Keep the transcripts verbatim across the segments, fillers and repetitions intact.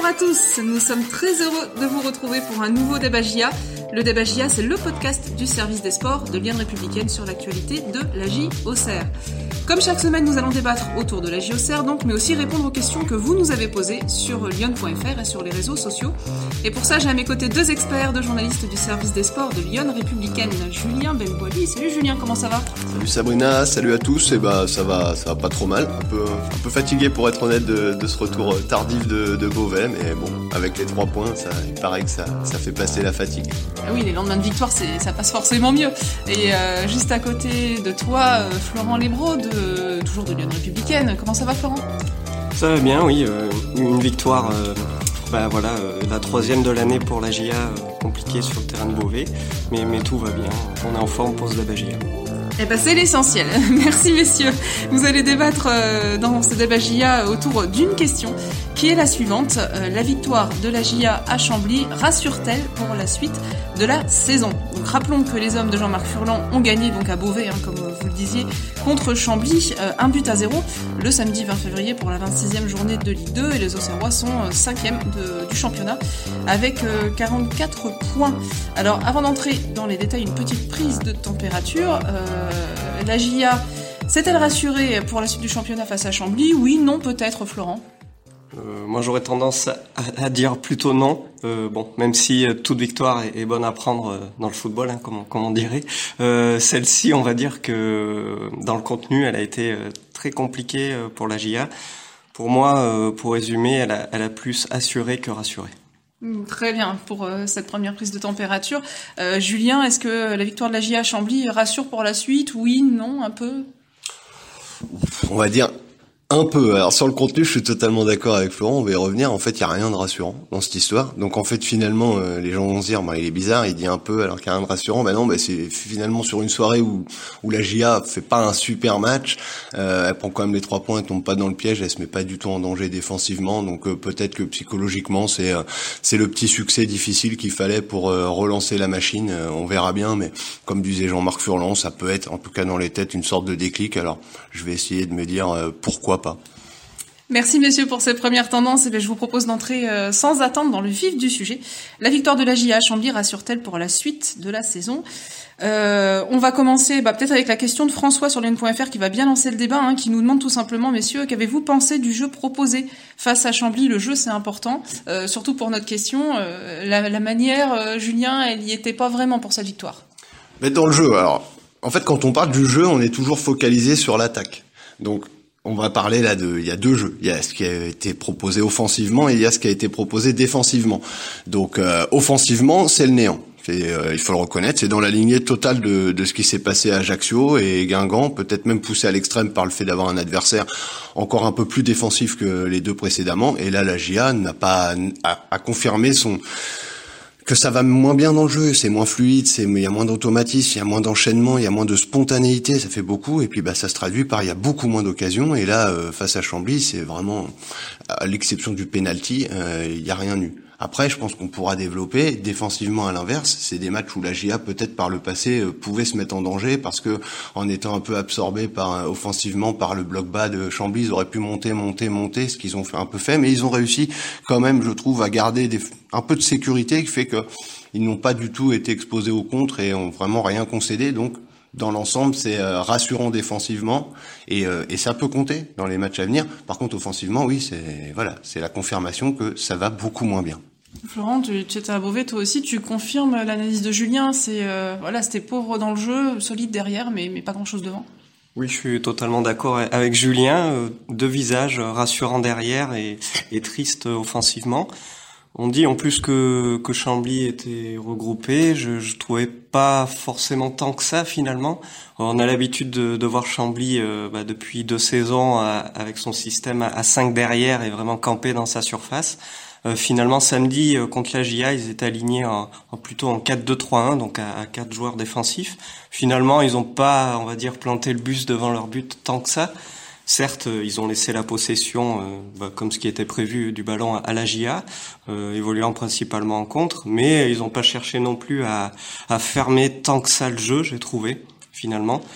Bonjour à tous, nous sommes très heureux de vous retrouver pour un nouveau débat J A. Le débat J A, c'est le podcast du service des sports de Lyon Républicaine sur l'actualité de la J O C R. Comme chaque semaine, nous allons débattre autour de la J O C R, donc, mais aussi répondre aux questions que vous nous avez posées sur lyon point f r et sur les réseaux sociaux. Et pour ça, j'ai à mes côtés deux experts, deux journalistes du service des sports de Lyon Républicaine, Julien Belboili. Salut Julien, comment ça va ? Salut Sabrina, salut à tous. Et bah ça va, ça va pas trop mal. Un peu, un peu fatigué pour être honnête de, de ce retour tardif de, de Beauvais, mais bon, avec les trois points, ça, il paraît que ça, ça fait passer la fatigue. Ah oui, les lendemains de victoire, c'est, ça passe forcément mieux. Et euh, juste à côté de toi, euh, Florent Lebro, de, toujours de Lyon Républicaine. Comment ça va, Florent ? Ça va bien, oui. Euh, une victoire, euh, bah voilà, euh, la troisième de l'année pour la J A, euh, compliquée sur le terrain de Beauvais, mais, mais tout va bien. On est en forme pour ce débat J A. Eh ben, c'est l'essentiel. Merci messieurs. Vous allez débattre euh, dans ce débat J A autour d'une question qui est la suivante. Euh, la victoire de la J A à Chambly rassure-t-elle pour la suite de la saison ? Donc rappelons que les hommes de Jean-Marc Furlan ont gagné donc à Beauvais, hein, comme vous le disiez, contre Chambly, euh, un but à zéro le samedi vingt février pour la vingt-sixième journée de Ligue deux, et les Auxerrois sont euh, cinquième de, du championnat avec euh, quarante-quatre points. Alors avant d'entrer dans les détails, une petite prise de température. Euh, la J A s'est-elle rassurée pour la suite du championnat face à Chambly ? Oui, non, peut-être, Florent ? Euh, moi, j'aurais tendance à, à dire plutôt non. Euh, bon, même si euh, toute victoire est, est bonne à prendre euh, dans le football, hein, comme, on, comme on dirait, euh, celle-ci, on va dire que euh, dans le contenu, elle a été euh, très compliquée euh, pour la J A. Pour moi, euh, pour résumer, elle a, elle a plus assuré que rassuré. Très bien pour euh, cette première prise de température. Euh, Julien, est-ce que la victoire de la J A à Chambly rassure pour la suite ? Oui, non, un peu ? On va dire un peu. Alors sur le contenu, je suis totalement d'accord avec Florent, on va y revenir. En fait, il y a rien de rassurant dans cette histoire. Donc en fait, finalement, euh, les gens vont se dire, bah, il est bizarre, il dit un peu alors qu'il y a rien de rassurant. Bah non, bah, c'est finalement sur une soirée où où la J A fait pas un super match. Euh, elle prend quand même les trois points, elle tombe pas dans le piège, elle se met pas du tout en danger défensivement. Donc euh, peut-être que psychologiquement, c'est euh, c'est le petit succès difficile qu'il fallait pour euh, relancer la machine. Euh, on verra bien, mais comme disait Jean-Marc Furlan, ça peut être, en tout cas dans les têtes, une sorte de déclic. Alors je vais essayer de me dire euh, pourquoi pas. Merci messieurs pour ces premières tendances. Et bien, je vous propose d'entrer euh, sans attendre dans le vif du sujet. La victoire de la J A à Chambly rassure-t-elle pour la suite de la saison ? euh, On va commencer bah, peut-être avec la question de François sur lyon point f r qui va bien lancer le débat, hein, qui nous demande tout simplement, messieurs, qu'avez-vous pensé du jeu proposé face à Chambly ? Le jeu, c'est important, euh, surtout pour notre question. Euh, la, la manière, euh, Julien, elle y était pas vraiment pour cette victoire. Mais dans le jeu, alors, en fait, quand on parle du jeu, on est toujours focalisé sur l'attaque. Donc, on va parler là de, il y a deux jeux. Il y a ce qui a été proposé offensivement et il y a ce qui a été proposé défensivement. Donc, euh, offensivement, c'est le néant. C'est, euh, il faut le reconnaître, c'est dans la lignée totale de, de ce qui s'est passé à Ajaccio et Guingamp, peut-être même poussé à l'extrême par le fait d'avoir un adversaire encore un peu plus défensif que les deux précédemment. Et là, la J A n'a pas, a, a confirmé son, que ça va moins bien dans le jeu, c'est moins fluide, c'est, il y a moins d'automatisme, il y a moins d'enchaînement, il y a moins de spontanéité, ça fait beaucoup, et puis bah ça se traduit par il y a beaucoup moins d'occasions, et là euh, face à Chambly, c'est vraiment, à l'exception du penalty, euh, il y a rien eu. Après, je pense qu'on pourra développer défensivement à l'inverse. C'est des matchs où la J A, peut-être par le passé, euh, pouvait se mettre en danger parce que, en étant un peu absorbé par euh, offensivement par le bloc bas de Chambly, ils auraient pu monter, monter, monter, ce qu'ils ont fait un peu fait, mais ils ont réussi quand même, je trouve, à garder des, un peu de sécurité qui fait que ils n'ont pas du tout été exposés au contre et ont vraiment rien concédé. Donc, dans l'ensemble, c'est euh, rassurant défensivement et, euh, et ça peut compter dans les matchs à venir. Par contre, offensivement, oui, c'est voilà, c'est la confirmation que ça va beaucoup moins bien. Florent, tu, tu étais à Beauvais, toi aussi, tu confirmes l'analyse de Julien. C'est euh, voilà, c'était pauvre dans le jeu, solide derrière, mais mais pas grand-chose devant. Oui, je suis totalement d'accord avec Julien. Euh, deux visages rassurants derrière et, et tristes offensivement. On dit en plus que que Chambly était regroupé. Je, je trouvais pas forcément tant que ça finalement. On a l'habitude de, de voir Chambly euh, bah, depuis deux saisons à, avec son système à, à cinq derrière et vraiment campé dans sa surface. Euh, finalement, samedi, euh, contre la J A, ils étaient alignés en, en plutôt en quatre deux trois un, donc à, à quatre joueurs défensifs. Finalement, ils ont pas, on va dire, planté le bus devant leur but tant que ça. Certes, euh, ils ont laissé la possession, euh, bah, comme ce qui était prévu, du ballon à, à la J A, euh, évoluant principalement en contre, mais ils n'ont pas cherché non plus à, à fermer tant que ça le jeu, j'ai trouvé, finalement.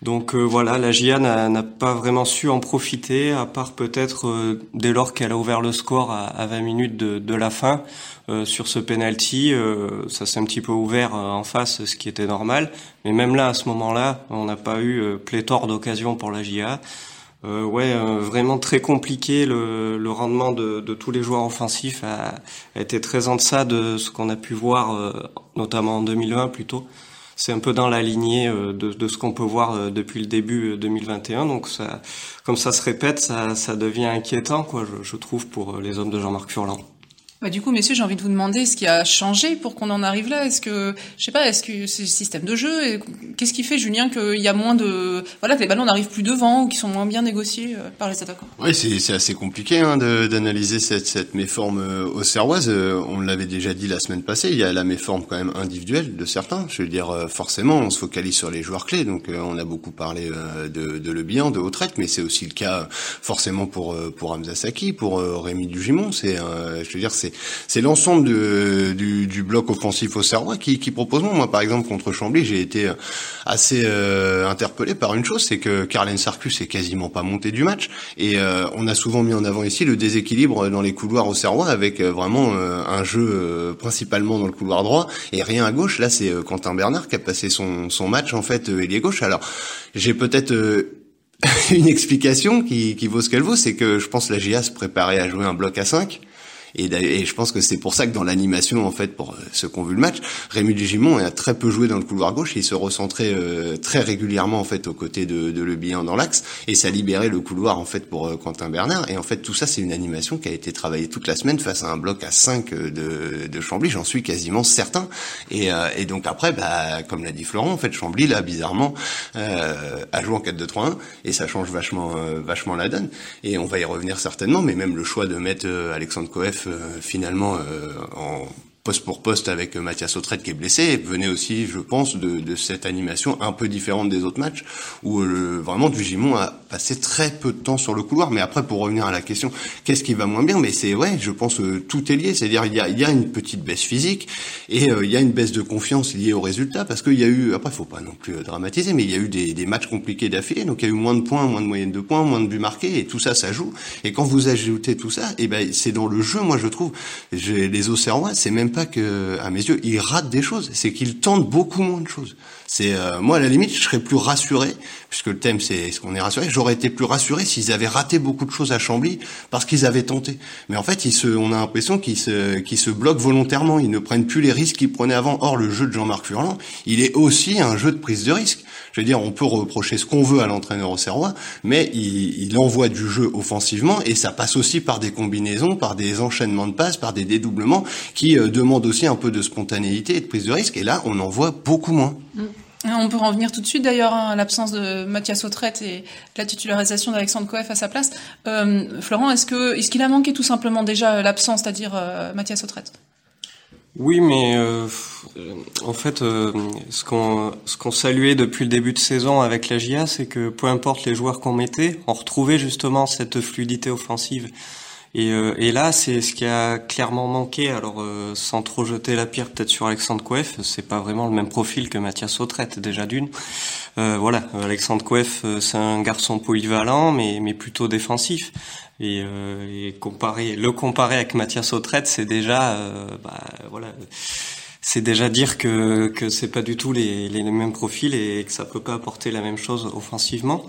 Donc euh, voilà, la J A n'a, n'a pas vraiment su en profiter, à part peut-être euh, dès lors qu'elle a ouvert le score à, à vingt minutes de, de la fin euh, sur ce penalty. Euh, ça s'est un petit peu ouvert euh, en face, ce qui était normal. Mais même là, à ce moment-là, on n'a pas eu euh, pléthore d'occasions pour la J A. Euh, ouais, euh, vraiment très compliqué. Le, le rendement de, de tous les joueurs offensifs a, a été très en deçà de ce qu'on a pu voir, euh, notamment en deux mille vingt plutôt. C'est un peu dans la lignée de, de ce qu'on peut voir depuis le début deux mille vingt et un. Donc ça, comme ça se répète, ça, ça devient inquiétant, quoi, je, je trouve, pour les hommes de Jean-Marc Furlan. Bah, du coup, messieurs, j'ai envie de vous demander ce qui a changé pour qu'on en arrive là. Est-ce que, je sais pas, est-ce que c'est le système de jeu? Et qu'est-ce qui fait, Julien, qu'il y a moins de, voilà, que les ballons n'arrivent plus devant ou qu'ils sont moins bien négociés euh, par les attaquants? Oui, c'est, c'est assez compliqué hein, de, d'analyser cette, cette méforme euh, auxerroise. Euh, on l'avait déjà dit la semaine passée, il y a la méforme quand même individuelle de certains. Je veux dire, euh, forcément, on se focalise sur les joueurs clés. Donc, euh, on a beaucoup parlé euh, de, de Le Bihan, de Hautrette, mais c'est aussi le cas forcément pour euh, pour Hamza Saki, pour euh, Rémi Dugimon. C'est, euh, je veux dire, c'est c'est l'ensemble de, du, du bloc offensif auxerrois qui, qui propose. Moi, par exemple, contre Chambly, j'ai été assez euh, interpellé par une chose, c'est que Carlen Sarkus est quasiment pas monté du match. Et euh, on a souvent mis en avant ici le déséquilibre dans les couloirs auxerrois, avec euh, vraiment euh, un jeu euh, principalement dans le couloir droit et rien à gauche. Là, c'est euh, Quentin Bernard qui a passé son, son match en fait euh, ailier gauche. Alors, j'ai peut-être euh, une explication qui, qui vaut ce qu'elle vaut, c'est que je pense que la J A se préparait à jouer un bloc à cinq. Et, et je pense que c'est pour ça que dans l'animation, en fait, pour ceux qui ont vu le match, Rémi Dugimon a très peu joué dans le couloir gauche. Et il se recentrait euh, très régulièrement, en fait, aux côtés de, de Le Bihan dans l'axe. Et ça libérait le couloir, en fait, pour euh, Quentin Bernard. Et en fait, tout ça, c'est une animation qui a été travaillée toute la semaine face à un bloc à cinq de, de Chambly. J'en suis quasiment certain. Et, euh, et donc après, bah, comme l'a dit Florent, en fait, Chambly, là, bizarrement, euh, a joué en quatre deux trois un. Et ça change vachement, euh, vachement la donne. Et on va y revenir certainement. Mais même le choix de mettre euh, Alexandre Coef Euh, finalement euh, en poste pour poste avec Mathias Hautrette qui est blessé venait aussi, je pense, de, de cette animation un peu différente des autres matchs où euh, vraiment Dugimon a passé très peu de temps sur le couloir. Mais après, pour revenir à la question, qu'est-ce qui va moins bien? Mais c'est ouais, je pense euh, tout est lié. C'est-à-dire il y a, il y a une petite baisse physique et euh, il y a une baisse de confiance liée au résultat parce qu'il y a eu, après faut pas non plus euh, dramatiser, mais il y a eu des, des matchs compliqués d'affilée. Donc il y a eu moins de points, moins de moyenne de points, moins de buts marqués et tout ça, ça joue. Et quand vous ajoutez tout ça, et ben c'est dans le jeu. Moi, je trouve, j'ai, les Auxerrois, c'est même pas que, à mes yeux, ils ratent des choses, c'est qu'ils tentent beaucoup moins de choses. C'est euh, moi à la limite, je serais plus rassuré puisque le thème c'est est-ce qu'on est rassuré. J'aurais été plus rassuré s'ils avaient raté beaucoup de choses à Chambly parce qu'ils avaient tenté. Mais en fait, ils se, on a l'impression qu'ils se, qu'ils se bloquent volontairement. Ils ne prennent plus les risques qu'ils prenaient avant. Or, le jeu de Jean-Marc Furlan, il est aussi un jeu de prise de risque. Je veux dire, on peut reprocher ce qu'on veut à l'entraîneur auxerrois, mais il, il envoie du jeu offensivement et ça passe aussi par des combinaisons, par des enchaînements de passes, par des dédoublements qui euh, demandent aussi un peu de spontanéité et de prise de risque. Et là, on en voit beaucoup moins. Mmh. On peut en venir tout de suite d'ailleurs hein, à l'absence de Mathias Hautrette et la titularisation d'Alexandre Coef à sa place. Euh, Florent, est-ce que est-ce qu'il a manqué tout simplement déjà l'absence, c'est-à-dire euh, Mathias Hautrette? Oui, mais euh, en fait, euh, ce qu'on ce qu'on saluait depuis le début de saison avec la J A, c'est que peu importe les joueurs qu'on mettait, on retrouvait justement cette fluidité offensive. Et, euh, et là, c'est ce qui a clairement manqué. Alors, euh, sans trop jeter la pierre peut-être sur Alexandre Coef, c'est pas vraiment le même profil que Mathias Hautrette déjà d'une. Euh, voilà, Alexandre Coef, c'est un garçon polyvalent, mais mais plutôt défensif. Et, euh, et comparer, le comparer avec Mathias Hautrette, c'est déjà, euh, bah voilà, c'est déjà dire que que c'est pas du tout les les mêmes profils et que ça peut pas apporter la même chose offensivement.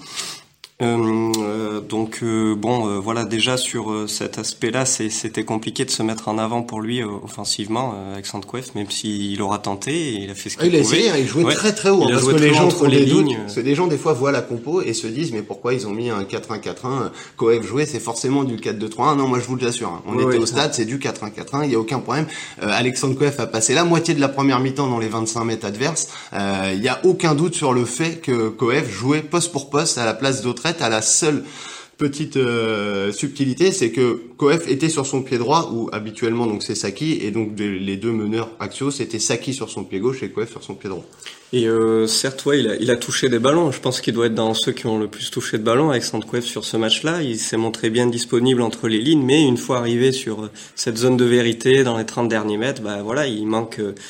Euh, euh, donc euh, bon euh, voilà déjà sur euh, cet aspect-là c'est, c'était compliqué de se mettre en avant pour lui euh, offensivement euh, Alexandre Coef, même s'il aura tenté et il a fait ce qu'il il pouvait. Il a essayé, il jouait ouais. très très haut hein, parce que les gens font des doutes, parce que les gens des fois voient la compo et se disent mais pourquoi ils ont mis un quatre un quatre un, Coef jouait, c'est forcément du quatre deux trois un. Non, moi je vous l'assure, hein. on ouais, était ouais, au stade, ça. C'est du quatre un quatre un, il y a aucun problème. euh, Alexandre Coef a passé la moitié de la première mi-temps dans les vingt-cinq mètres adverses. euh, il y a aucun doute sur le fait que Coef jouait poste pour poste à la place d'Hautrette. À la seule petite euh, subtilité, c'est que Coef était sur son pied droit où habituellement donc c'est Saki et donc de, les deux meneurs axiaux c'était Saki sur son pied gauche et Coef sur son pied droit. Et euh, certes ouais, il a, il a touché des ballons. Je pense qu'il doit être dans ceux qui ont le plus touché de ballons. Alexandre Coef sur ce match-là, il s'est montré bien disponible entre les lignes, mais une fois arrivé sur cette zone de vérité dans les trente derniers mètres, bah voilà, il manque. Euh,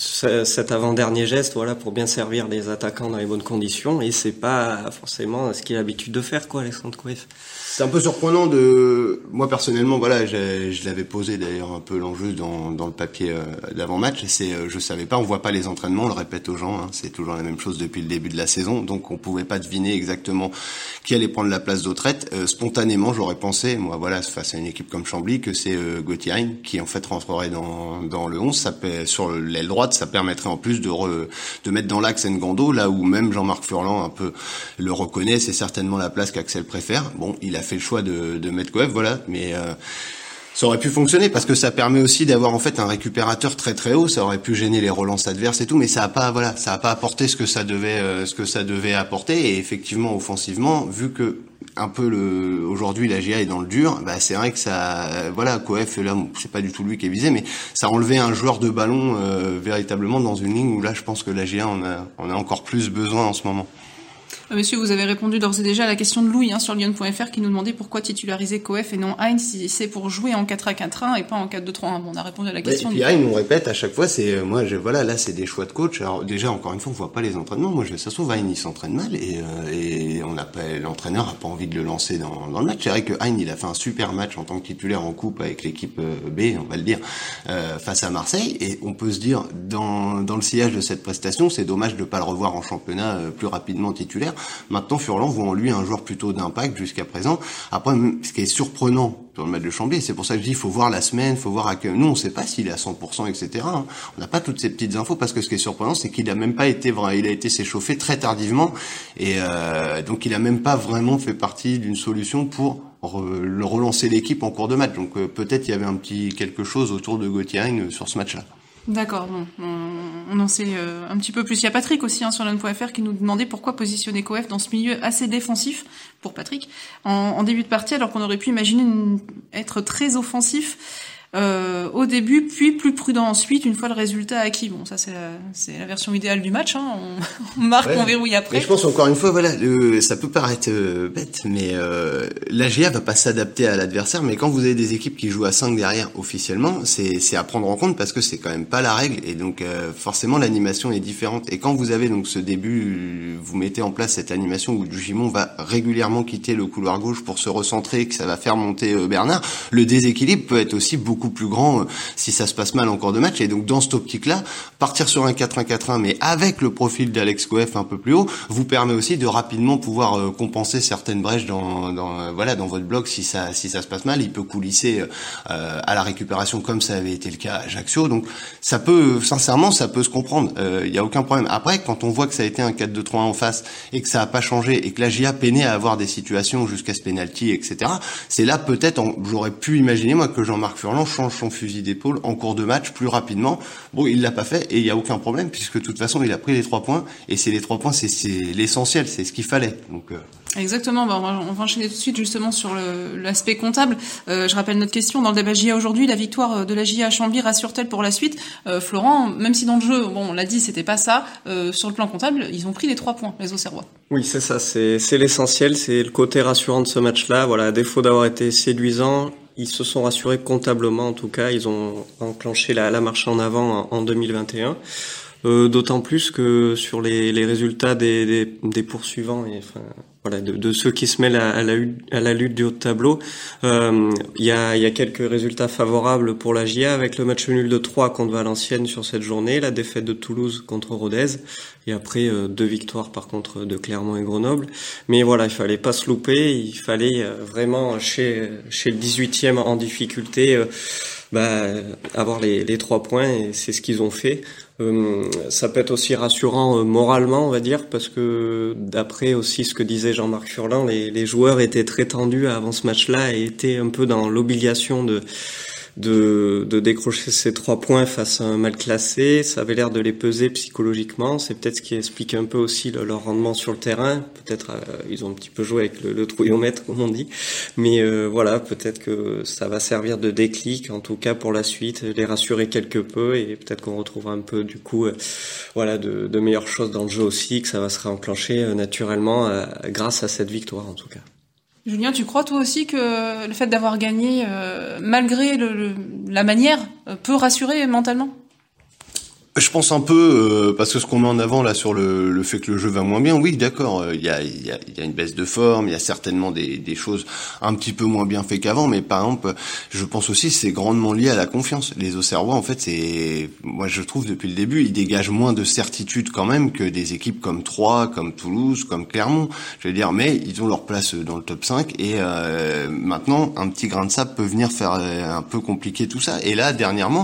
cet avant-dernier geste, voilà, pour bien servir les attaquants dans les bonnes conditions, et c'est pas forcément ce qu'il a l'habitude de faire, quoi, Alexandre Coef. C'est un peu surprenant de, moi personnellement, voilà, je, je l'avais posé d'ailleurs un peu l'enjeu dans, dans le papier euh, d'avant-match. C'est, euh, je savais pas, on voit pas les entraînements, on le répète aux gens, hein, c'est toujours la même chose depuis le début de la saison, donc on pouvait pas deviner exactement qui allait prendre la place d'Autrette. Euh, spontanément, j'aurais pensé, moi, voilà, face à une équipe comme Chambly, que c'est euh, Gauthier Hein qui en fait rentrerait dans, dans le onze. Ça paie, sur l'aile droite, ça permettrait en plus de, re, de mettre dans l'axe Ngando, là où même Jean-Marc Furlan un peu le reconnaît, c'est certainement la place qu'Axel préfère. Bon, il a fait le choix de, de mettre Coef, voilà, mais euh, ça aurait pu fonctionner parce que ça permet aussi d'avoir en fait un récupérateur très très haut. Ça aurait pu gêner les relances adverses et tout, mais ça a pas, voilà, ça a pas apporté ce que ça devait, euh, ce que ça devait apporter. Et effectivement, offensivement, vu que un peu le, aujourd'hui la G A est dans le dur, bah c'est vrai que ça, euh, voilà, Coef là, c'est pas du tout lui qui est visé, mais ça a enlevé un joueur de ballon euh, véritablement dans une ligne où là, je pense que la G A en a, en a encore plus besoin en ce moment. Monsieur, vous avez répondu d'ores et déjà à la question de Louis hein, sur Lyon point F R qui nous demandait pourquoi titulariser Coef et non Hein si c'est pour jouer en quatre un quatre un et pas en quatre deux trois un. Bon, on a répondu à la question. Ouais, et puis Hein, on répète à chaque fois, c'est moi, je, voilà, là c'est des choix de coach. Alors déjà, encore une fois, on voit pas les entraînements. Moi, je, ça se trouve, Hein il s'entraîne mal et, euh, et on a pas, l'entraîneur a pas envie de le lancer dans, dans le match. C'est vrai que Hein il a fait un super match en tant que titulaire en coupe avec l'équipe B, on va le dire, euh, face à Marseille. Et on peut se dire, dans, dans le sillage de cette prestation, c'est dommage de pas le revoir en championnat euh, plus rapidement titulaire. Maintenant, Furlan voit en lui un joueur plutôt d'impact jusqu'à présent. Après, ce qui est surprenant sur le match de Chambly, c'est pour ça que je dis, il faut voir la semaine, il faut voir à quel... Nous, on ne sait pas s'il est à cent pour cent, et cetera. Hein. On n'a pas toutes ces petites infos parce que ce qui est surprenant, c'est qu'il a même pas été vrai, il a été s'échauffer très tardivement et euh, donc il a même pas vraiment fait partie d'une solution pour re- le relancer l'équipe en cours de match. Donc euh, peut-être il y avait un petit quelque chose autour de Gauthier Hein sur ce match-là. D'accord, bon, on, on en sait euh, un petit peu plus. Il y a Patrick aussi hein, sur Lyon point F R qui nous demandait pourquoi positionner Coef dans ce milieu assez défensif, pour Patrick, en, en début de partie, alors qu'on aurait pu imaginer une, être très offensif euh, au début, puis plus prudent ensuite, une fois le résultat acquis. Bon, ça c'est la, c'est la version idéale du match, hein. on, on marque, ouais. On verrouille après. Mais je pense encore une fois, voilà, le, ça peut paraître euh, bête, mais euh, la G A va pas s'adapter à l'adversaire, mais quand vous avez des équipes qui jouent à cinq derrière officiellement, c'est, c'est à prendre en compte parce que c'est quand même pas la règle et donc euh, forcément l'animation est différente. Et quand vous avez donc ce début, vous mettez en place cette animation où Gimon va régulièrement quitter le couloir gauche pour se recentrer, que ça va faire monter euh, Bernard, le déséquilibre peut être aussi beaucoup plus grand euh, si ça se passe mal en cours de match. Et donc dans cette optique-là, partir sur un quatre un quatre un, mais avec le profil d'Alex Coef un peu plus haut, vous permet aussi de rapidement pouvoir euh, compenser certaines brèches dans, dans euh, voilà dans votre bloc si ça si ça se passe mal. Il peut coulisser euh, à la récupération comme ça avait été le cas à Ajaccio. Donc ça peut, sincèrement, ça peut se comprendre. Il euh, y a aucun problème. Après, quand on voit que ça a été un quatre deux trois un en face et que ça a pas changé et que la J A peinait à avoir des situations jusqu'à ce penalty, et cetera. C'est là peut-être, en, j'aurais pu imaginer moi que Jean-Marc Furlan change son fusil d'épaule en cours de match plus rapidement. Bon, il l'a pas fait et il y a aucun problème puisque de toute façon il a pris les trois points et c'est les trois points, c'est, c'est l'essentiel, c'est ce qu'il fallait. Donc euh... Exactement, bah on, va, on va enchaîner tout de suite justement sur le, l'aspect comptable. Euh, je rappelle notre question, dans le débat J A aujourd'hui, la victoire de la J A à Chambly rassure-t-elle pour la suite euh, Florent, même si dans le jeu, bon on l'a dit, c'était pas ça, euh, sur le plan comptable, ils ont pris les trois points, les Auxerrois. Oui, c'est ça, c'est, c'est l'essentiel, c'est le côté rassurant de ce match-là. Voilà, à défaut d'avoir été séduisant, ils se sont rassurés comptablement en tout cas, ils ont enclenché la, la marche en avant en, en deux mille vingt et un. Euh, d'autant plus que sur les, les résultats des, des, des poursuivants et enfin voilà de, de ceux qui se mêlent à, à, la, à la lutte du haut de tableau, euh, il y a, il y a quelques résultats favorables pour la J A avec le match nul de Troyes contre Valenciennes sur cette journée, la défaite de Toulouse contre Rodez et après euh, deux victoires par contre de Clermont et Grenoble. Mais voilà, il fallait pas se louper, il fallait euh, vraiment chez chez le dix-huitième en difficulté euh, bah, avoir les, les trois points et c'est ce qu'ils ont fait. Euh, ça peut être aussi rassurant euh, moralement, on va dire, parce que d'après aussi ce que disait Jean-Marc Furlan, les, les joueurs étaient très tendus avant ce match-là et étaient un peu dans l'obligation de de, de décrocher ces trois points face à un mal classé. Ça avait l'air de les peser psychologiquement. C'est peut-être ce qui explique un peu aussi le, leur rendement sur le terrain. Peut-être euh, ils ont un petit peu joué avec le, le trouillomètre, comme on dit. Mais euh, voilà, peut-être que ça va servir de déclic, en tout cas pour la suite, les rassurer quelque peu et peut-être qu'on retrouvera un peu du coup, euh, voilà, de, de meilleures choses dans le jeu aussi, que ça va se réenclencher euh, naturellement euh, grâce à cette victoire en tout cas. Julien, tu crois toi aussi que le fait d'avoir gagné, euh, malgré le, le, la manière, euh, peut rassurer mentalement ? je pense un peu euh, parce que ce qu'on met en avant là sur le, le fait que le jeu va moins bien, oui, d'accord, il y a, il y a, il y a une baisse de forme, il y a certainement des, des choses un petit peu moins bien faites qu'avant, mais par exemple, je pense aussi que c'est grandement lié à la confiance. Les Auxerrois, en fait, c'est, moi je trouve depuis le début, ils dégagent moins de certitude quand même que des équipes comme Troyes, comme Toulouse, comme Clermont. Je veux dire, mais ils ont leur place dans le top cinq et euh, maintenant un petit grain de sable peut venir faire un peu compliquer tout ça. Et là, dernièrement,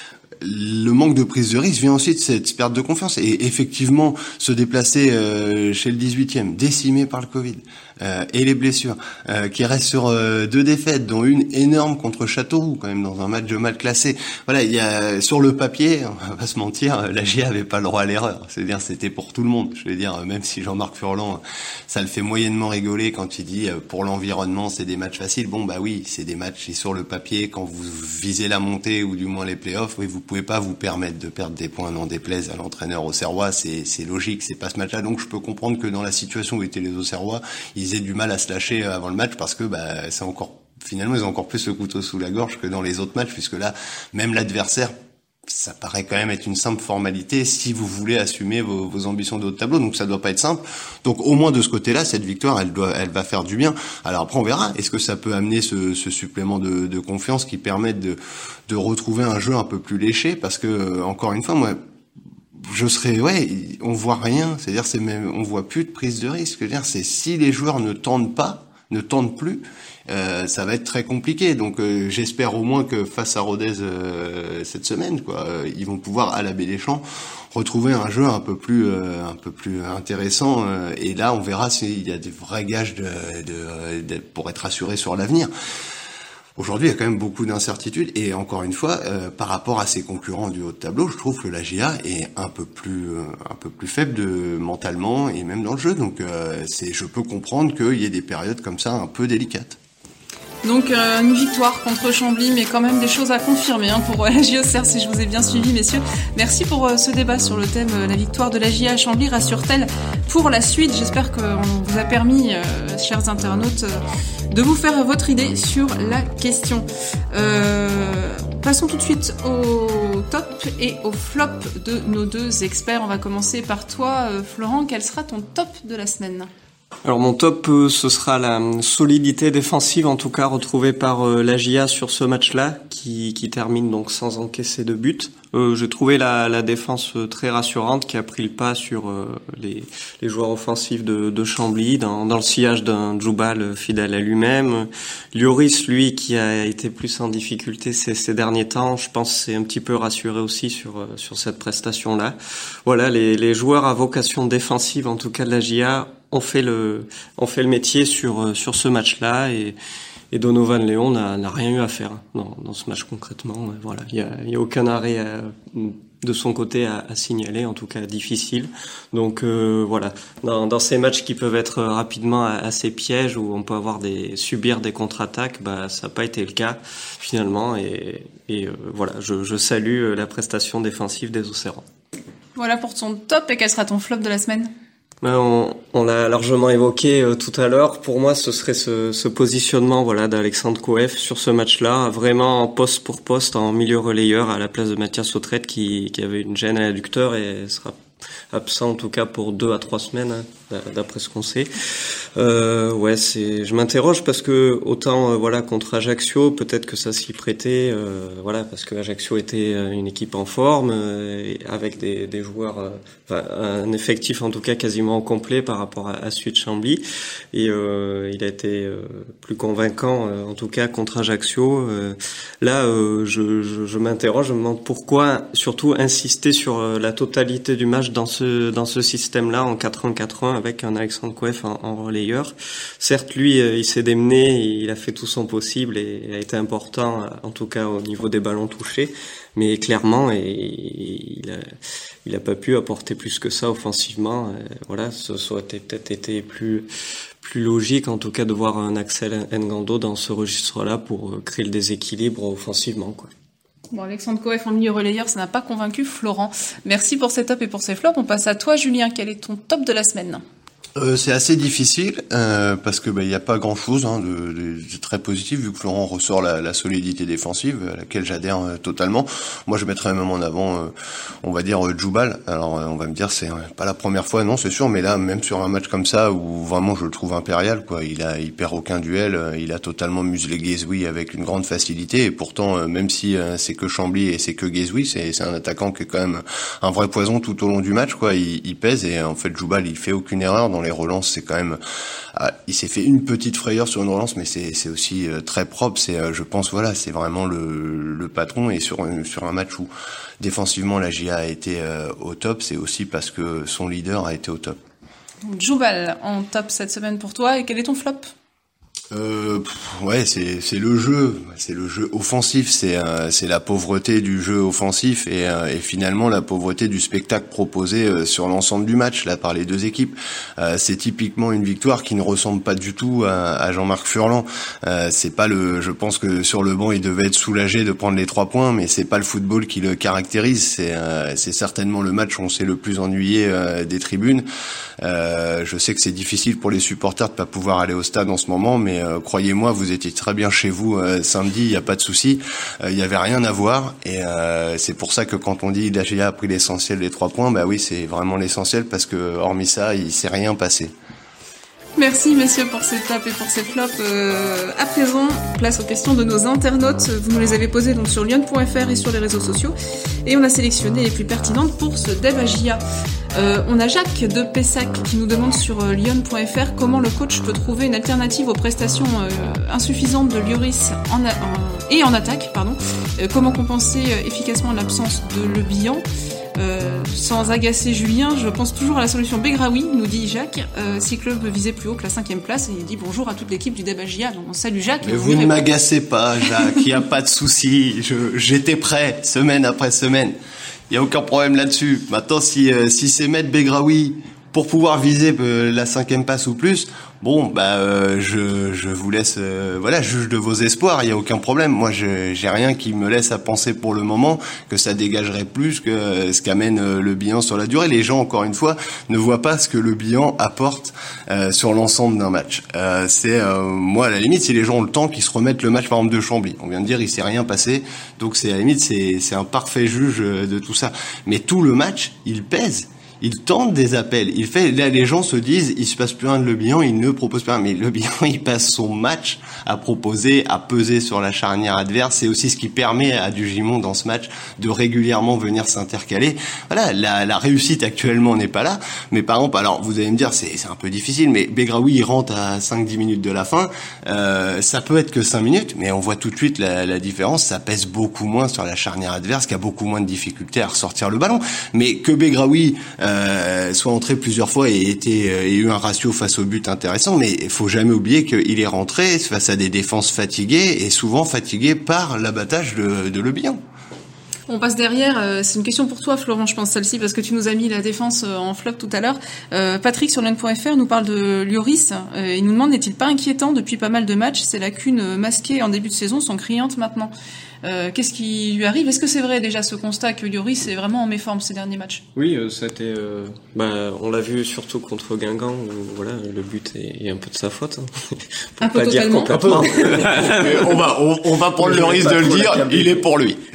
le manque de prise de risque vient aussi de cette perte de confiance. Et effectivement, se déplacer euh, chez le dix-huitième, décimé par le Covid, euh, et les blessures, euh, qui restent sur euh, deux défaites, dont une énorme contre Châteauroux, quand même, dans un match mal classé. Voilà, il y a, sur le papier, on va pas se mentir, la G I A avait pas le droit à l'erreur. C'est-à-dire, c'était pour tout le monde. Je veux dire, même si Jean-Marc Furlan, ça le fait moyennement rigoler quand il dit, pour l'environnement, c'est des matchs faciles. Bon, bah oui, c'est des matchs, et sur le papier, quand vous visez la montée, ou du moins les playoffs, oui, vous pouvez pas vous permettre de perdre des points, n'en déplaise à l'entraîneur auxerrois, c'est, c'est logique, c'est pas ce match-là. Donc je peux comprendre que dans la situation où étaient les Auxerrois, ils aient du mal à se lâcher avant le match parce que bah c'est encore, finalement ils ont encore plus le couteau sous la gorge que dans les autres matchs, puisque là, même l'adversaire, ça paraît quand même être une simple formalité si vous voulez assumer vos, vos ambitions de haut de tableau, donc ça doit pas être simple. Donc au moins de ce côté-là, cette victoire, elle doit, elle va faire du bien. Alors après on verra, est-ce que ça peut amener ce, ce supplément de, de confiance qui permette de, de retrouver un jeu un peu plus léché, parce que encore une fois, moi, je serais, ouais, on voit rien, c'est-à-dire c'est même, on voit plus de prise de risque. C'est-à-dire c'est si les joueurs ne tentent pas, ne tentent plus. Euh, ça va être très compliqué, donc euh, j'espère au moins que face à Rodez euh, cette semaine, quoi, euh, ils vont pouvoir à la Baie des Champs retrouver un jeu un peu plus, euh, un peu plus intéressant. Euh, et là, on verra s'il y a des vrais gages de, de, de, pour être assuré sur l'avenir. Aujourd'hui, il y a quand même beaucoup d'incertitudes et encore une fois, euh, par rapport à ses concurrents du haut de tableau, je trouve que la J A est un peu plus, euh, un peu plus faible de mentalement et même dans le jeu. Donc, euh, c'est, je peux comprendre qu'il y ait des périodes comme ça un peu délicates. Donc euh, une victoire contre Chambly, mais quand même des choses à confirmer hein, pour euh, la J O C R, si je vous ai bien suivi, messieurs. Merci pour euh, ce débat sur le thème euh, la victoire de la J A à Chambly rassure-t-elle pour la suite. J'espère qu'on vous a permis, euh, chers internautes, euh, de vous faire votre idée sur la question. Euh, passons tout de suite au top et au flop de nos deux experts. On va commencer par toi, euh, Florent. Quel sera ton top de la semaine ? Alors mon top, euh, ce sera la solidité défensive, en tout cas retrouvée par euh, la J A sur ce match-là, qui, qui termine donc sans encaisser de but. Euh, j'ai trouvé la, la défense très rassurante, qui a pris le pas sur euh, les, les joueurs offensifs de, de Chambly, dans, dans le sillage d'un Djoubal fidèle à lui-même. Lloris, lui, qui a été plus en difficulté ces, ces derniers temps, je pense c'est un petit peu rassuré aussi sur euh, sur cette prestation-là. Voilà, les, les joueurs à vocation défensive, en tout cas de la J A, on fait le on fait le métier sur sur ce match-là et et Donovan Léon n'a n'a rien eu à faire dans dans ce match concrètement. Voilà, il y a il y a aucun arrêt à, de son côté à, à signaler, en tout cas difficile. Donc euh, voilà, dans dans ces matchs qui peuvent être rapidement assez pièges où on peut avoir des subir des contre-attaques, bah ça n'a pas été le cas finalement et et euh, voilà, je je salue la prestation défensive des Auxerrois. Voilà pour ton top, et quel sera ton flop de la semaine ? On, on l'a largement évoqué euh, tout à l'heure. Pour moi, ce serait ce, ce positionnement, voilà, d'Alexandre Coef sur ce match-là, vraiment en poste pour poste, en milieu relayeur, à la place de Mathias Sautrette qui, qui avait une gêne à l'adducteur et sera absent en tout cas pour deux à trois semaines, hein, d'après ce qu'on sait. Euh, ouais, c'est, je m'interroge parce que autant euh, voilà contre Ajaccio, peut-être que ça s'y prêtait, euh, voilà, parce que Ajaccio était une équipe en forme euh, avec des, des joueurs, euh, enfin, un effectif en tout cas quasiment complet par rapport à, à celui de Chambly, et euh, il a été euh, plus convaincant euh, en tout cas contre Ajaccio. Euh, là, euh, je, je, je m'interroge, je me demande pourquoi surtout insister sur euh, la totalité du match dans ce dans ce système-là en quatre un quatre un avec un Alexandre Coef en, en relayeur. Certes, lui, euh, il s'est démené, il a fait tout son possible et a été important, en tout cas au niveau des ballons touchés, mais clairement, et, et, il a il a pas pu apporter plus que ça offensivement. Et, voilà, ça aurait peut-être été plus plus logique, en tout cas, de voir un Axel Ngando dans ce registre-là pour créer le déséquilibre offensivement, quoi. Bon, Alexandre Coef en milieu relayeur, ça n'a pas convaincu Florent. Merci pour ces tops et pour ces flops. On passe à toi, Julien. Quel est ton top de la semaine ? Euh, c'est assez difficile euh, parce que bah il y a pas grand chose hein, de, de, de très positif vu que Florent ressort la, la solidité défensive à laquelle j'adhère euh, totalement. Moi je mettrais même en avant euh, on va dire euh, Djoubal. Alors euh, on va me dire c'est euh, pas la première fois, non c'est sûr, mais là même sur un match comme ça où vraiment je le trouve impérial quoi, il a il perd aucun duel, euh, il a totalement muselé Guezwi avec une grande facilité et pourtant euh, même si euh, c'est que Chambly et c'est que Guezwi, c'est c'est un attaquant qui est quand même un vrai poison tout au long du match quoi, il, il pèse et en fait Djoubal il fait aucune erreur dans les relances, c'est quand même ah, il s'est fait une petite frayeur sur une relance mais c'est c'est aussi euh, très propre, c'est euh, je pense voilà, c'est vraiment le le patron et sur sur un match où défensivement la J A a été euh, au top, c'est aussi parce que son leader a été au top. Djoubal en top cette semaine pour toi, et quel est ton flop? Euh, pff, ouais, c'est c'est le jeu, c'est le jeu offensif, c'est euh, c'est la pauvreté du jeu offensif et, euh, et finalement la pauvreté du spectacle proposé euh, sur l'ensemble du match là par les deux équipes. Euh, c'est typiquement une victoire qui ne ressemble pas du tout à, à Jean-Marc Furlan. Euh, c'est pas le, je pense que sur le banc il devait être soulagé de prendre les trois points, mais c'est pas le football qui le caractérise. C'est euh, c'est certainement le match où on s'est le plus ennuyé euh, des tribunes. Euh, je sais que c'est difficile pour les supporters de pas pouvoir aller au stade en ce moment, mais euh, croyez-moi, vous étiez très bien chez vous euh, samedi, il y a pas de souci. Il euh, y avait rien à voir et euh, c'est pour ça que quand on dit la G A a pris l'essentiel des trois points, bah oui, c'est vraiment l'essentiel parce que hormis ça, il s'est rien passé. Merci messieurs pour ces tops et pour ces flops. Euh, à présent, place aux questions de nos internautes. Vous nous les avez posées donc sur lyon point f r et sur les réseaux sociaux. Et on a sélectionné les plus pertinentes pour ce Dev A J A. Euh, on a Jacques de Pessac qui nous demande sur euh, lyon point f r comment le coach peut trouver une alternative aux prestations euh, insuffisantes de Lloris en a- en, et en attaque. Pardon. Euh, comment compenser euh, efficacement l'absence de Le Bihan. Euh, sans agacer Julien, je pense toujours à la solution Begraoui, nous dit Jacques, euh, si le club veut viser plus haut que la cinquième place, et il dit bonjour à toute l'équipe du Dev A J A. Donc on salue Jacques. Mais vous ne m'agacez pas, Jacques, il n'y a pas de souci, je, j'étais prêt, semaine après semaine, il n'y a aucun problème là-dessus. Maintenant, si, euh, si c'est mettre Begraoui pour pouvoir viser euh, la cinquième place ou plus, bon, bah, euh, je, je vous laisse, euh, voilà, juge de vos espoirs. Il y a aucun problème. Moi, je, j'ai rien qui me laisse à penser pour le moment que ça dégagerait plus que euh, ce qu'amène euh, Le Bihan sur la durée. Les gens, encore une fois, ne voient pas ce que Le Bihan apporte euh, sur l'ensemble d'un match. Euh, c'est euh, moi, à la limite, si les gens ont le temps, qu'ils se remettent le match, par exemple, de Chambly. On vient de dire, il s'est rien passé, donc c'est à la limite, c'est, c'est un parfait juge de tout ça. Mais tout le match, il pèse. Il tente des appels. Il fait, là, les gens se disent, il se passe plus rien de Le Bihan, il ne propose plus rien. Mais Le Bihan, il passe son match à proposer, à peser sur la charnière adverse. C'est aussi ce qui permet à Dugimon, dans ce match, de régulièrement venir s'intercaler. Voilà, la, la réussite actuellement n'est pas là. Mais par exemple, alors, vous allez me dire, c'est, c'est un peu difficile, mais Begraoui, il rentre à cinq dix minutes de la fin. Euh, ça peut être que cinq minutes, mais on voit tout de suite la, la différence. Ça pèse beaucoup moins sur la charnière adverse, qui a beaucoup moins de difficultés à ressortir le ballon. Mais que Begraoui, Euh, soit entré plusieurs fois et était euh, et eu un ratio face au but intéressant, mais il faut jamais oublier qu'il est rentré face à des défenses fatiguées et souvent fatiguées par l'abattage de, de Le Bihan. On passe derrière, euh, c'est une question pour toi Florent, je pense celle-ci, parce que tu nous as mis la défense euh, en flop tout à l'heure. Euh, Patrick sur lyon point f r nous parle de Lloris, euh, il nous demande n'est-il pas inquiétant depuis pas mal de matchs, ces lacunes masquées en début de saison sont criantes maintenant. Euh, qu'est-ce qui lui arrive? Est-ce que c'est vrai déjà ce constat que Lloris est vraiment en méforme ces derniers matchs? Oui, euh, c'était, euh, bah, on l'a vu surtout contre Guingamp où voilà, le but est, est un peu de sa faute. Hein. Un peu pas dire totalement. complètement. on va on, on va prendre le risque de le dire, il est pour lui.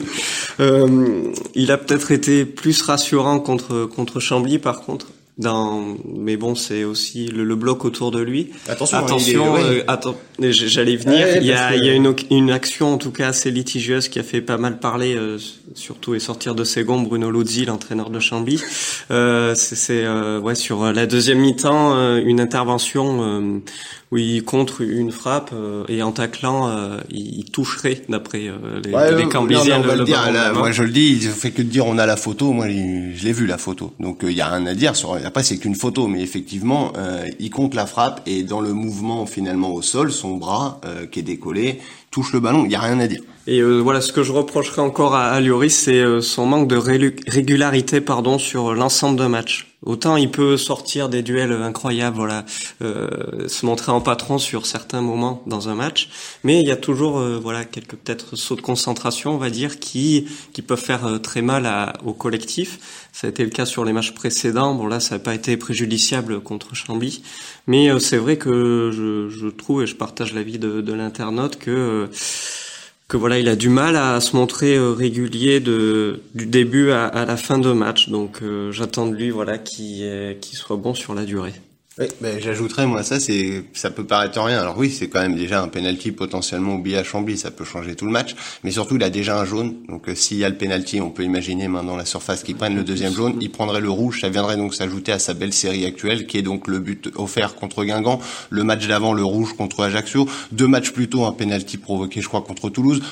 euh, il a peut-être été plus rassurant contre contre Chambly par contre. Dans, mais bon, c'est aussi le, le bloc autour de lui. Attention, attention, il est, ouais. euh, attends, j'allais venir. Ouais, il y a, que... il y a une, une action en tout cas assez litigieuse qui a fait pas mal parler, euh, surtout et sortir de ses gonds, Bruno Lozzi, l'entraîneur de Chambly. Euh, c'est, c'est euh, ouais sur la deuxième mi-temps, euh, une intervention euh, où il contre une frappe euh, et en taclant, euh, il, il toucherait d'après euh, les, ouais, les Cambysiens. Le, le, le dire, là, là, moi je le dis, il fait que de dire on a la photo. Moi je l'ai vu la photo, donc il euh, y a rien à dire sur. Après c'est qu'une photo, mais effectivement euh, il compte la frappe et dans le mouvement finalement au sol, son bras euh, qui est décollé touche le ballon. Il y a rien à dire. Et euh, voilà, ce que je reprocherais encore à, à Lloris, c'est euh, son manque de ré- régularité, pardon, sur l'ensemble de match. Autant il peut sortir des duels incroyables, voilà, euh, se montrer en patron sur certains moments dans un match, mais il y a toujours, euh, voilà, quelques peut-être sauts de concentration, on va dire, qui qui peuvent faire euh, très mal à, au collectif. Ça a été le cas sur les matchs précédents. Bon là, ça n'a pas été préjudiciable contre Chambly, mais euh, c'est vrai que je, je trouve et je partage l'avis de, de l'internaute que euh, que voilà, il a du mal à se montrer euh, régulier de du début à, à la fin de match. Donc euh, j'attends de lui voilà qu'il euh, qu'il soit bon sur la durée. Oui, ben j'ajouterais moi ça, c'est ça peut paraître rien. Alors oui, c'est quand même déjà un penalty potentiellement oublié à Chambly, ça peut changer tout le match. Mais surtout, il a déjà un jaune. Donc euh, s'il y a le penalty, on peut imaginer maintenant la surface qu'il prenne le deuxième jaune, il prendrait le rouge. Ça viendrait donc s'ajouter à sa belle série actuelle, qui est donc le but offert contre Guingamp, le match d'avant le rouge contre Ajaccio, deux matchs plus tôt un penalty provoqué, je crois, contre Toulouse.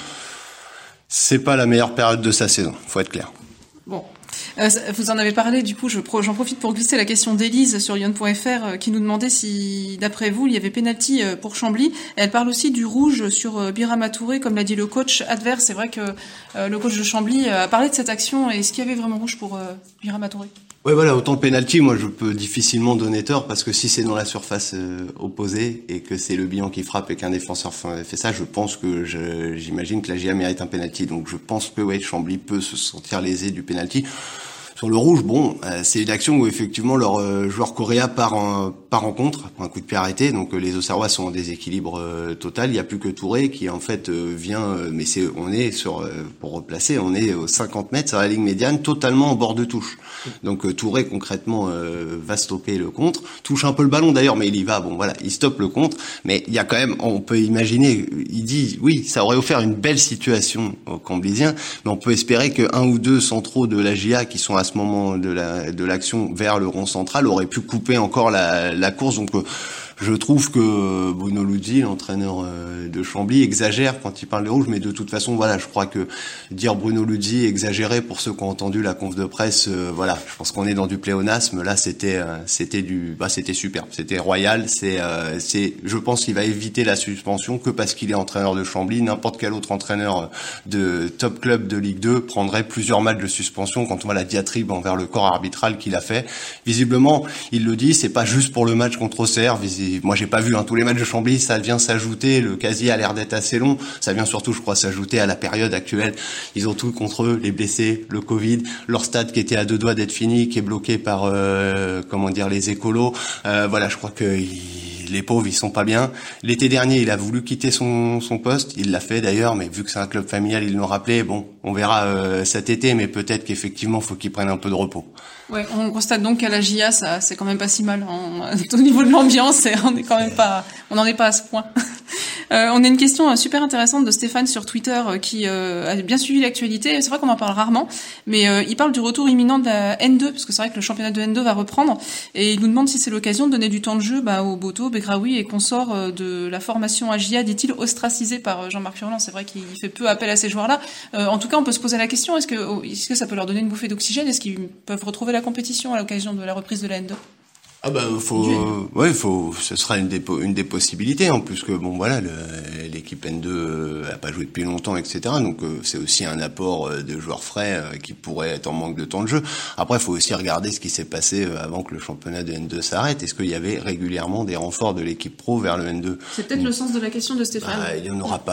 C'est pas la meilleure période de sa saison, faut être clair. Bon. Euh, vous en avez parlé, du coup, je, j'en profite pour glisser la question d'Élise sur Lyon point F R euh, qui nous demandait si, d'après vous, il y avait pénalty euh, pour Chambly. Elle parle aussi du rouge sur euh, Birama Touré, comme l'a dit le coach adverse. C'est vrai que euh, le coach de Chambly a parlé de cette action. Est-ce qu'il y avait vraiment rouge pour euh, Birama Touré ? Ouais, voilà, autant le penalty, moi je peux difficilement donner tort parce que si c'est dans la surface euh, opposée et que c'est le bilan qui frappe et qu'un défenseur fait ça, je pense que je, j'imagine que la J A mérite un penalty. Donc je pense que ouais, Chambly peut se sentir lésé du penalty. Sur le rouge, bon, euh, c'est une action où effectivement leur euh, joueur coréen part en par rencontre, un coup de pied arrêté, donc euh, les Auxerrois sont en déséquilibre euh, total. Il y a plus que Touré qui en fait euh, vient, euh, mais c'est on est sur euh, pour replacer, on est aux cinquante mètres sur la ligne médiane, totalement en bord de touche. Donc euh, Touré concrètement euh, va stopper le contre, touche un peu le ballon d'ailleurs, mais il y va. Bon voilà, il stoppe le contre, mais il y a quand même, on peut imaginer, il dit oui, ça aurait offert une belle situation aux Camblysiens, mais on peut espérer que un ou deux centraux de la J A qui sont à ce moment de la de l'action vers le rond central auraient pu couper encore la la course. Donc euh, je trouve que Bruno Luzzi, l'entraîneur de Chambly, exagère quand il parle de rouge, mais de toute façon, voilà, je crois que dire Bruno Luzzi exagéré pour ceux qui ont entendu la conf de presse, euh, voilà, je pense qu'on est dans du pléonasme. Là, c'était, euh, c'était du, bah, c'était superbe, c'était royal. C'est, euh, c'est, je pense qu'il va éviter la suspension que parce qu'il est entraîneur de Chambly. N'importe quel autre entraîneur de top club de Ligue deux prendrait plusieurs matchs de suspension quand on voit la diatribe envers le corps arbitral qu'il a fait. Visiblement, il le dit, c'est pas juste pour le match contre Auxerre. Moi, j'ai pas vu hein, tous les matchs de Chambly, ça vient s'ajouter. Le casier a l'air d'être assez long. Ça vient surtout, je crois, s'ajouter à la période actuelle. Ils ont tout contre eux, les blessés, le Covid, leur stade qui était à deux doigts d'être fini, qui est bloqué par, euh, comment dire, les écolos. Euh, voilà, je crois que ils, les pauvres, ils sont pas bien. L'été dernier, il a voulu quitter son, son poste. Il l'a fait d'ailleurs, mais vu que c'est un club familial, ils l'ont rappelé. Bon, on verra euh, cet été, mais peut-être qu'effectivement, faut qu'il prenne un peu de repos. Ouais, on constate donc qu'à la J A, ça, c'est quand même pas si mal. Hein. Au niveau de l'ambiance, on est quand même pas, on n'en est pas à ce point. Euh, on a une question super intéressante de Stéphane sur Twitter qui euh, a bien suivi l'actualité. C'est vrai qu'on en parle rarement, mais euh, il parle du retour imminent de la N deux, parce que c'est vrai que le championnat de N deux va reprendre, et il nous demande si c'est l'occasion de donner du temps de jeu bah, aux Boto, Begraoui et consorts euh, de la formation A J A, dit-il, ostracisé par Jean-Marc Furlan. C'est vrai qu'il fait peu appel à ces joueurs-là. Euh, en tout cas, on peut se poser la question, est-ce que, est-ce que ça peut leur donner une bouffée d'oxygène? Est-ce qu'ils peuvent retrouver la compétition à l'occasion de la reprise de la N deux? Ah bah faut euh, ouais faut ce sera une des une des possibilités en plus que bon voilà le, l'équipe N deux a pas joué depuis longtemps etc donc euh, c'est aussi un apport de joueurs frais euh, qui pourrait être en manque de temps de jeu. Après il faut aussi regarder ce qui s'est passé avant que le championnat de N deux s'arrête. Est-ce qu'il y avait régulièrement des renforts de l'équipe pro vers le N deux? C'est peut-être donc, le sens de la question de Stéphane. Bah, il n'y en aura pas.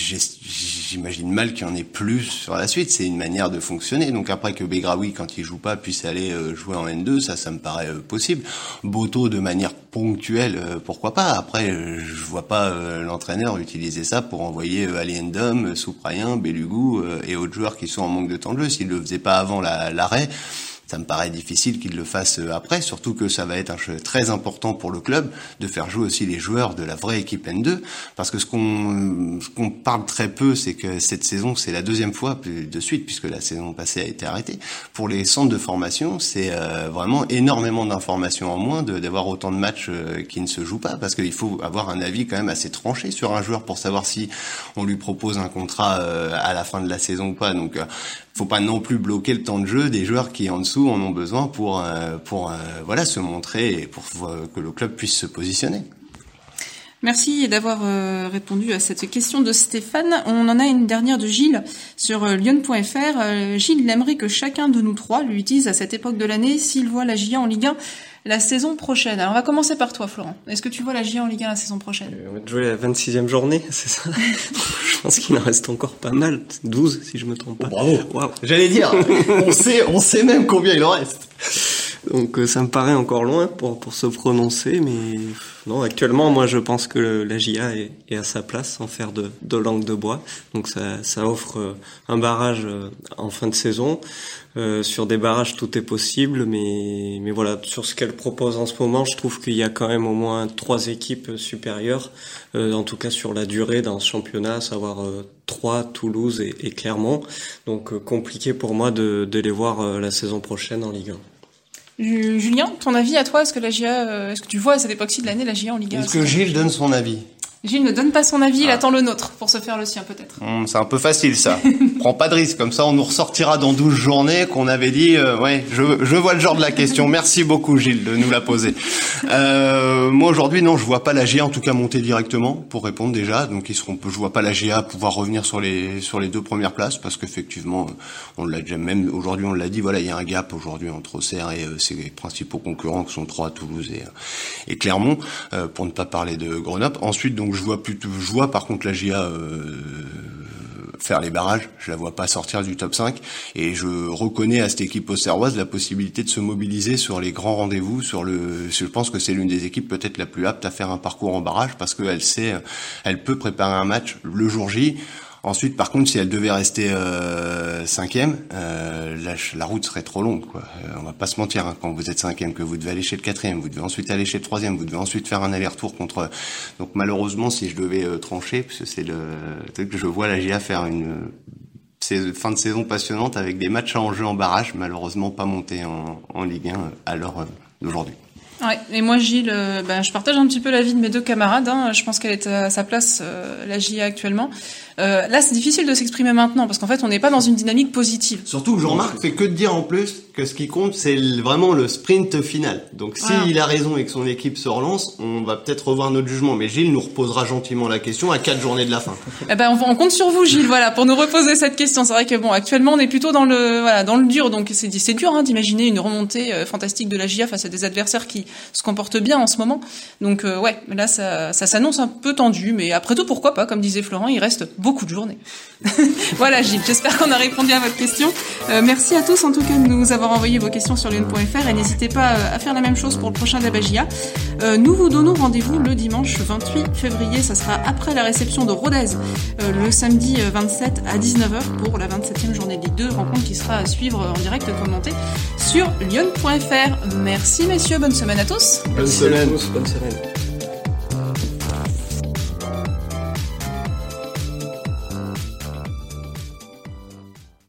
J'imagine mal qu'il y en ait plus sur la suite. C'est une manière de fonctionner. Donc après que Begraoui quand il joue pas puisse aller euh, jouer en N deux, ça ça me paraît euh, possible. Boto de manière ponctuelle, euh, pourquoi pas. Après, euh, je vois pas euh, l'entraîneur utiliser ça pour envoyer euh, Aliendom, Souprayen, Belugou euh, et autres joueurs qui sont en manque de temps de jeu. S'il le faisait pas avant la, l'arrêt, ça me paraît difficile qu'il le fasse après, surtout que ça va être un jeu très important pour le club de faire jouer aussi les joueurs de la vraie équipe N deux, parce que ce qu'on ce qu'on parle très peu, c'est que cette saison, c'est la deuxième fois de suite, puisque la saison passée a été arrêtée. Pour les centres de formation, c'est euh, vraiment énormément d'informations en moins de, d'avoir autant de matchs euh, qui ne se jouent pas, parce qu'il faut avoir un avis quand même assez tranché sur un joueur pour savoir si on lui propose un contrat euh, à la fin de la saison ou pas. Donc, euh, faut pas non plus bloquer le temps de jeu des joueurs qui en dessous en ont besoin pour euh, pour euh, voilà se montrer et pour euh, que le club puisse se positionner. Merci d'avoir euh, répondu à cette question de Stéphane. On en a une dernière de Gilles sur euh, Lyon point F R. Euh, Gilles, il aimerait que chacun de nous trois l'utilise à cette époque de l'année s'il voit la J A en Ligue un la saison prochaine. Alors on va commencer par toi, Florent. Est-ce que tu vois la J A en Ligue un la saison prochaine? On va jouer la vingt-sixième journée, c'est ça? Je pense qu'il en reste encore pas mal. douze, si je me trompe pas. Oh, bravo. Wow. J'allais dire, on sait, on sait même combien il en reste. Donc euh, ça me paraît encore loin pour pour se prononcer, mais non, actuellement moi je pense que le, la J A est, est à sa place sans faire de, de langue de bois. Donc ça ça offre euh, un barrage euh, en fin de saison. Euh, sur des barrages tout est possible, mais mais voilà, sur ce qu'elle propose en ce moment, je trouve qu'il y a quand même au moins trois équipes supérieures, euh, en tout cas sur la durée dans ce championnat, à savoir euh, Troyes, Toulouse et, et Clermont. Donc euh, compliqué pour moi de de les voir euh, la saison prochaine en Ligue un. Julien, ton avis à toi? Est-ce que la J A, euh, est-ce que tu vois à cette époque-ci de l'année la J A en Ligue un? Est-ce que Gilles donne son avis? Gilles ne donne pas son avis, il ah. attend le nôtre pour se faire le sien peut-être. Hum, c'est un peu facile ça. Prends pas de risque, comme ça on nous ressortira dans douze journées qu'on avait dit. Euh, ouais, je, je vois le genre de la question. Merci beaucoup Gilles de nous la poser. Euh, moi aujourd'hui non, je vois pas la J A en tout cas monter directement pour répondre déjà. Donc ils seront, je vois pas la J A pouvoir revenir sur les sur les deux premières places parce qu'effectivement on l'a déjà même aujourd'hui on l'a dit. Voilà, il y a un gap aujourd'hui entre Auxerre et euh, ses principaux concurrents qui sont Troyes, Toulouse et, euh, et Clermont, euh, pour ne pas parler de Grenoble. Ensuite donc je vois plutôt, je vois par contre la J A euh, faire les barrages, je la vois pas sortir du top cinq et je reconnais à cette équipe auxerroise la possibilité de se mobiliser sur les grands rendez-vous, sur le, je pense que c'est l'une des équipes peut-être la plus apte à faire un parcours en barrage parce qu'elle sait, elle peut préparer un match le jour J. Ensuite, par contre, si elle devait rester euh, cinquième, euh, la, la route serait trop longue, quoi. Euh, on va pas se mentir, hein, quand vous êtes cinquième, que vous devez aller chez le quatrième, vous devez ensuite aller chez le troisième, vous devez ensuite faire un aller-retour contre. Donc malheureusement, si je devais euh, trancher, parce que c'est le, peut-être que je vois la J A faire une euh, fin de saison passionnante avec des matchs en jeu en barrage, malheureusement pas monter en, en Ligue un à l'heure d'aujourd'hui. Ouais, et moi Gilles, euh, ben, je partage un petit peu l'avis de mes deux camarades. Hein. Je pense qu'elle est à sa place, euh, la J A actuellement. Euh, là, c'est difficile de s'exprimer maintenant parce qu'en fait, on n'est pas dans une dynamique positive. Surtout que Jean-Marc fait que de dire en plus que ce qui compte, c'est vraiment le sprint final. Donc, s'il voilà. a raison et que son équipe se relance, on va peut-être revoir notre jugement. Mais Gilles nous reposera gentiment la question à quatre journées de la fin. Eh ben, on, on compte sur vous, Gilles, voilà, pour nous reposer cette question. C'est vrai que bon, actuellement, on est plutôt dans le, voilà, dans le dur. Donc, c'est, c'est dur, hein, d'imaginer une remontée euh, fantastique de la J A face à des adversaires qui se comportent bien en ce moment. Donc, euh, ouais, là, ça, ça s'annonce un peu tendu. Mais après tout, pourquoi pas? Comme disait Florent, il reste beaucoup de journées. Voilà Gilles, j'espère qu'on a répondu à votre question. Euh, merci à tous en tout cas de nous avoir envoyé vos questions sur lyon point F R et n'hésitez pas à faire la même chose pour le prochain débat J A. Euh, nous vous donnons rendez-vous le dimanche vingt-huit février, ça sera après la réception de Rodez, euh, le samedi vingt-sept à dix-neuf heures pour la vingt-septième journée de Ligue deux, rencontre qui sera à suivre en direct commentée sur lyon point F R. Merci messieurs, bonne semaine à tous. Bonne semaine. Bonne semaine.